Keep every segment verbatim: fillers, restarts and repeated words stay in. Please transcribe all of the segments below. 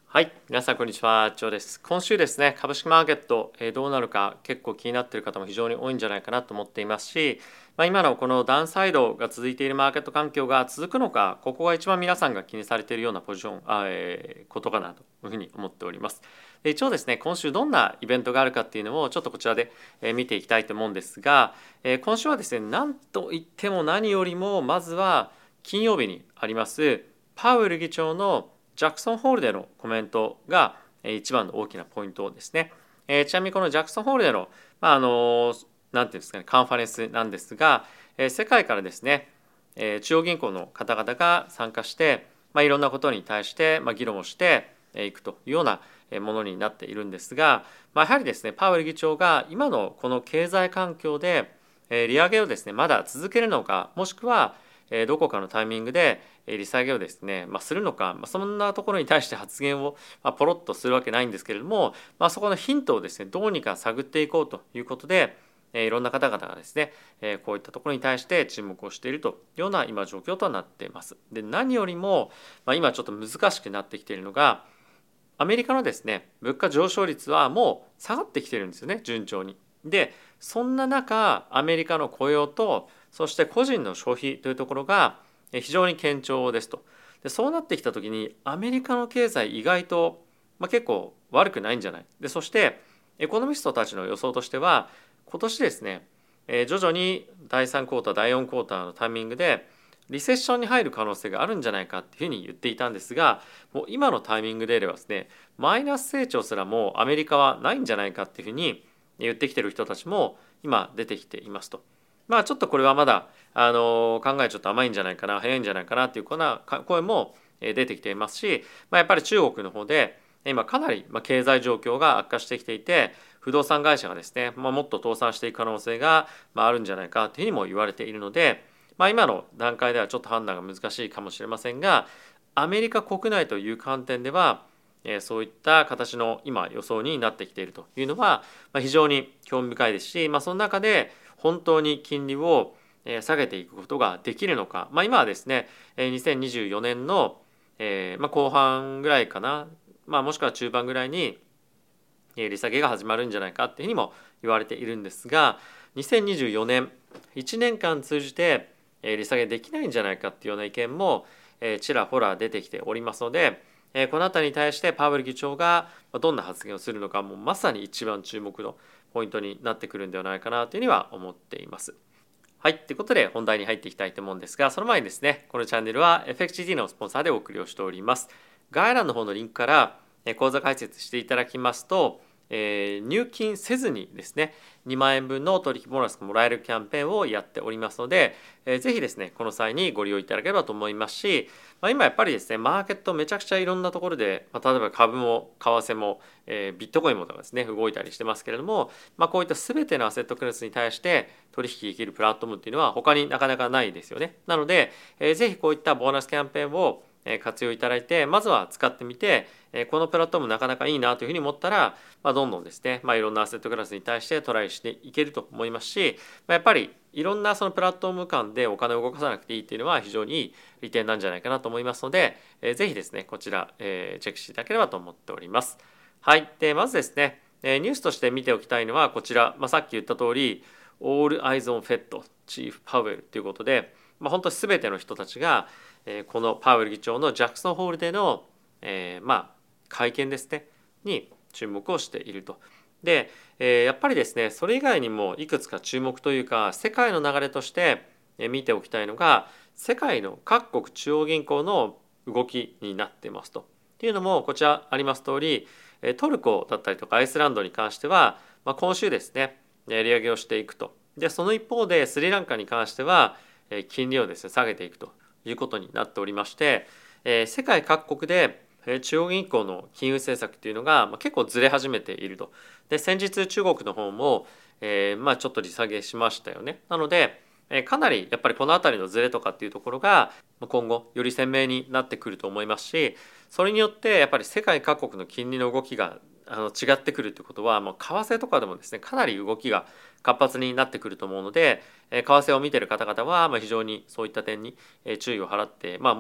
はい、皆さんこんにちは、ジョーです。今週ですね、株式マーケット、えーどうなるか結構気になっている方も非常に多いんじゃないかなと思っていますし、まあ、今のこのダウンサイドが続いているマーケット環境が続くのか、ここが一番皆さんが気にされているようなポジション、あ、えーことかなというふうに思っております。で一応ですね、今週どんなイベントがあるかっていうのをちょっとこちらでえー見ていきたいと思うんですが、えー今週はですね、なんといっても何よりもまずは金曜日にありますパウエル議長のジャクソンホールでのコメントがえー一番の大きなポイントですね。えーちなみにこのジャクソンホールでの、まああのなんていうんですかね、カンファレンスなんですが、えー世界からですね、えー中央銀行の方々が参加して、まあ、いろんなことに対して、まあ、議論をしていくというようなものになっているんですが、まあ、やはりですね、パウエル議長が今のこの経済環境でえー利上げをですねまだ続けるのか、もしくはえーどこかのタイミングでえー利下げをですね、まあ、するのか、まあ、そんなところに対して発言をまあポロッとするわけないんですけれども、まあ、そこのヒントをですねどうにか探っていこうということで、えーいろんな方々がですね、えーこういったところに対して注目をしているというような今状況となっています。で何よりも、まあ、今ちょっと難しくなってきているのが、アメリカのですね物価上昇率はもう下がってきてるんですよね、順調に。でそんな中、アメリカの雇用とそして個人の消費というところが非常に堅調ですと。でそうなってきた時にアメリカの経済意外と、まあ、結構悪くないんじゃない。でそしてエコノミストたちの予想としては、今年ですね、えー徐々にだいさんクォーターだいよんクォーターのタイミングでリセッションに入る可能性があるんじゃないかっていうふうに言っていたんですが、もう今のタイミングであればですね、マイナス成長すらもうアメリカはないんじゃないかっていうふうに言ってきてる人たちも今出てきていますと。まあちょっとこれはまだあの考えちょっと甘いんじゃないかな、早いんじゃないかなっていうような声も出てきていますし、まあ、やっぱり中国の方で今かなり経済状況が悪化してきていて、不動産会社がですね、まあ、もっと倒産していく可能性があるんじゃないかというふうにも言われているので、まあ、今の段階ではちょっと判断が難しいかもしれませんが、アメリカ国内という観点ではそういった形の今予想になってきているというのは非常に興味深いですし、まあ、その中で本当に金利を下げていくことができるのか、まあ、今はですねにせんにじゅうよねんの後半ぐらいかな、まあ、もしくは中盤ぐらいに利下げが始まるんじゃないかっていうふうにも言われているんですが、にせんにじゅうよねんいちねんかん通じて利下げできないんじゃないかっていうような意見もちらほら出てきておりますので、この辺りに対してパウエル議長がどんな発言をするのか、もうまさに一番注目のポイントになってくるんではないかなというふうには思っています。はい、ということで本題に入っていきたいと思うんですが、その前にですね、このチャンネルは エフエックスジーティー のスポンサーでお送りをしております。概要欄の方のリンクから口座開設していただきますと、えー、入金せずにですねにまんえんぶんの取引ボーナスがもらえるキャンペーンをやっておりますので、えー、ぜひですねこの際にご利用いただければと思いますし、まあ、今やっぱりですねマーケットめちゃくちゃいろんなところで、まあ、例えば株も為替も、えー、ビットコインもとかですね動いたりしてますけれども、まあ、こういった全てのアセットクラスに対して取引できるプラットフォームっていうのは他になかなかないですよね。なので、えー、ぜひこういったボーナスキャンペーンを活用いただいて、まずは使ってみて、このプラットフォームなかなかいいなというふうに思ったら、まあ、どんどんですね、まあ、いろんなアセットクラスに対してトライしていけると思いますし、まあ、やっぱりいろんなそのプラットフォーム間でお金を動かさなくていいっていうのは非常にいい利点なんじゃないかなと思いますので、えー、ぜひですねこちら、えー、チェックしていただければと思っております。はい、でまずですねニュースとして見ておきたいのはこちら、まあ、さっき言った通り All Eyes on Fed Chief Powell ということで、まあ、本当に全ての人たちがこのパウエル議長のジャクソンホールでの、えー、まあ会見ですねに注目をしていると。で、えー、やっぱりですねそれ以外にもいくつか注目というか世界の流れとして見ておきたいのが世界の各国中央銀行の動きになっていますと。っていうのもこちらあります通りトルコだったりとかアイスランドに関しては、まあ、今週ですね利上げをしていくと。でその一方でスリランカに関しては金利をですね下げていくということになっておりまして、えー、世界各国で中央銀行の金融政策っていうのが結構ずれ始めていると。で先日中国の方も、えー、まあちょっと利下げしましたよね。なのでかなりやっぱりこの辺りのずれとかっていうところが今後より鮮明になってくると思いますし、それによってやっぱり世界各国の金利の動きがあの違ってくるということは、もう為替とかでもですねかなり動きが活発になってくると思うので、為替を見ている方々は非常にそういった点に注意を払って、まあもう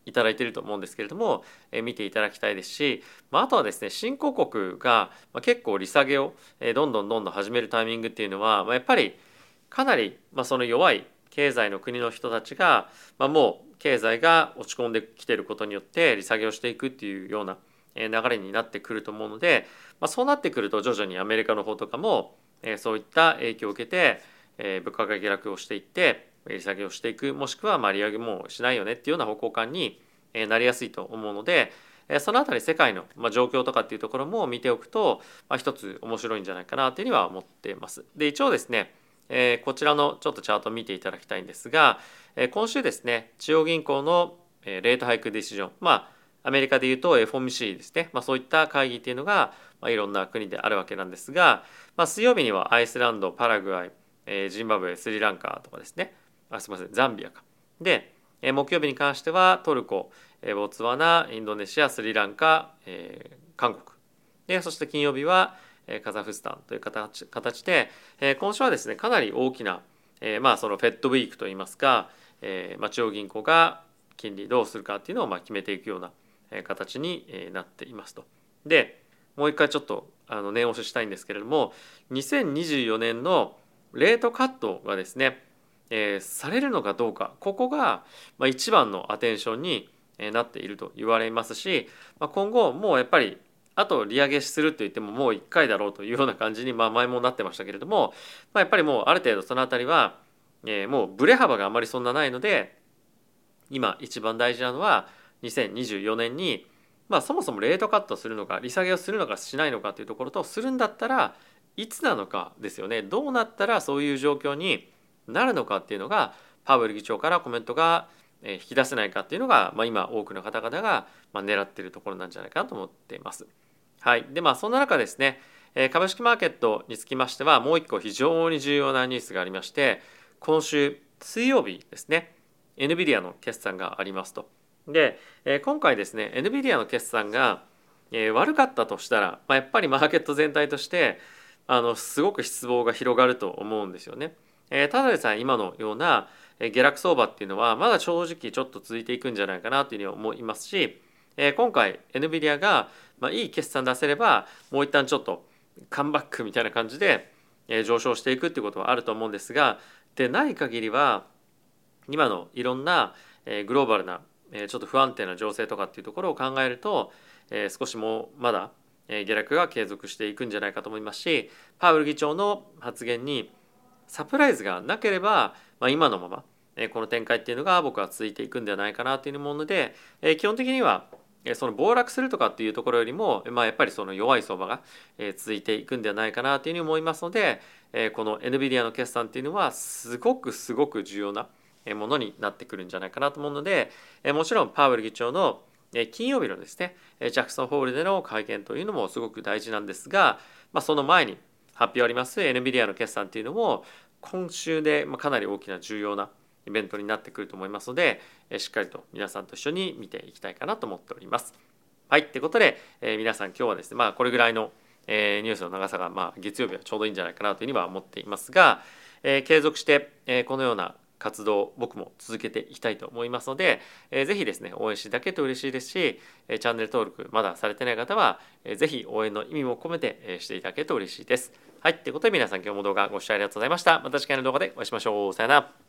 いただいていると思うんですけれども、えー、見ていただきたいですし、まあ、あとはですね新興国が結構利下げをどんどんどんどん始めるタイミングっていうのは、まあ、やっぱりかなり、まあ、その弱い経済の国の人たちが、まあ、もう経済が落ち込んできていることによって利下げをしていくっていうような流れになってくると思うので、まあ、そうなってくると徐々にアメリカの方とかもそういった影響を受けて物価が下落をしていって利下げをしていく、もしくはまあ利上げもしないよねっていうような方向感になりやすいと思うので、そのあたり世界の状況とかっていうところも見ておくと、まあ、一つ面白いんじゃないかなというふうには思っています。で一応ですねえー、こちらのちょっとチャートを見ていただきたいんですが、えー、今週ですね中央銀行の、えー、レートハイクディシジョン、まあアメリカでいうと エフオーエムシー ですね、まあ、そういった会議っていうのが、まあ、いろんな国であるわけなんですが、まあ、水曜日にはアイスランド、パラグアイ、えー、ジンバブエ、スリランカとかですね、あすみませんザンビアかで、えー、木曜日に関してはトルコ、えー、ボツワナ、インドネシア、スリランカ、えー、韓国で、そして金曜日はカザフスタンという形形で、今週はですねかなり大きな、まあそのフェットウィークといいますか、まあ、中央銀行が金利どうするかっていうのをまあ決めていくような形になっていますと。でもう一回ちょっとあの念押ししたいんですけれども、にせんにじゅうよねんのレートカットがですね、えー、されるのかどうか、ここがまあ一番のアテンションになっていると言われますし、まあ、今後もうやっぱりあと利上げすると言ってももういっかいだろうというような感じに、まあ、前もなってましたけれども、まあ、やっぱりもうある程度そのあたりは、えー、もうブレ幅があまりそんなないので、今一番大事なのはにせんにじゅうよねんに、まあ、そもそもレートカットするのか利下げをするのかしないのかというところと、するんだったらいつなのかですよね。どうなったらそういう状況になるのかっていうのがパウエル議長からコメントが引き出せないかっていうのが、まあ、今多くの方々が狙っているところなんじゃないかなと思っています。はい、でまあそんな中ですね、株式マーケットにつきましてはもう一個非常に重要なニュースがありまして、今週水曜日ですね エヌビディア の決算がありますと。で今回ですね エヌビディア の決算が悪かったとしたら、まあ、やっぱりマーケット全体としてあのすごく失望が広がると思うんですよね。ただでさえ今のような下落相場っていうのはまだ正直ちょっと続いていくんじゃないかなというふうに思いますし、今回 エヌビディア がまあいい決算出せればもう一旦ちょっとカムバックみたいな感じで上昇していくっていうことはあると思うんですが、でない限りは今のいろんなグローバルなちょっと不安定な情勢とかっていうところを考えると少しもまだ下落が継続していくんじゃないかと思いますし、パウエル議長の発言にサプライズがなければ、まあ、今のままこの展開っていうのが僕は続いていくんではないかなというもので、基本的にはその暴落するとかっていうところよりも、まあ、やっぱりその弱い相場が続いていくんではないかなというふうに思いますので、この エヌビディア の決算っていうのはすごくすごく重要なものになってくるんじゃないかなと思うので、もちろんパウエル議長の金曜日のですねジャクソンホールでの会見というのもすごく大事なんですが、まあ、その前に発表あります エヌビディア の決算っていうのも今週でかなり大きな重要なイベントになってくると思いますので、しっかりと皆さんと一緒に見ていきたいかなと思っております。はい、ということで、えー、皆さん今日はですね、まあこれぐらいの、えー、ニュースの長さが、まあ、月曜日はちょうどいいんじゃないかなというふうには思っていますが、えー、継続して、えー、このような活動を僕も続けていきたいと思いますので、えー、ぜひですね応援していただけると嬉しいですし、チャンネル登録まだされてない方は、えー、ぜひ応援の意味も込めて、えー、していただけると嬉しいです。はい、ということで皆さん今日も動画ご視聴ありがとうございました。また次回の動画でお会いしましょう。さよなら。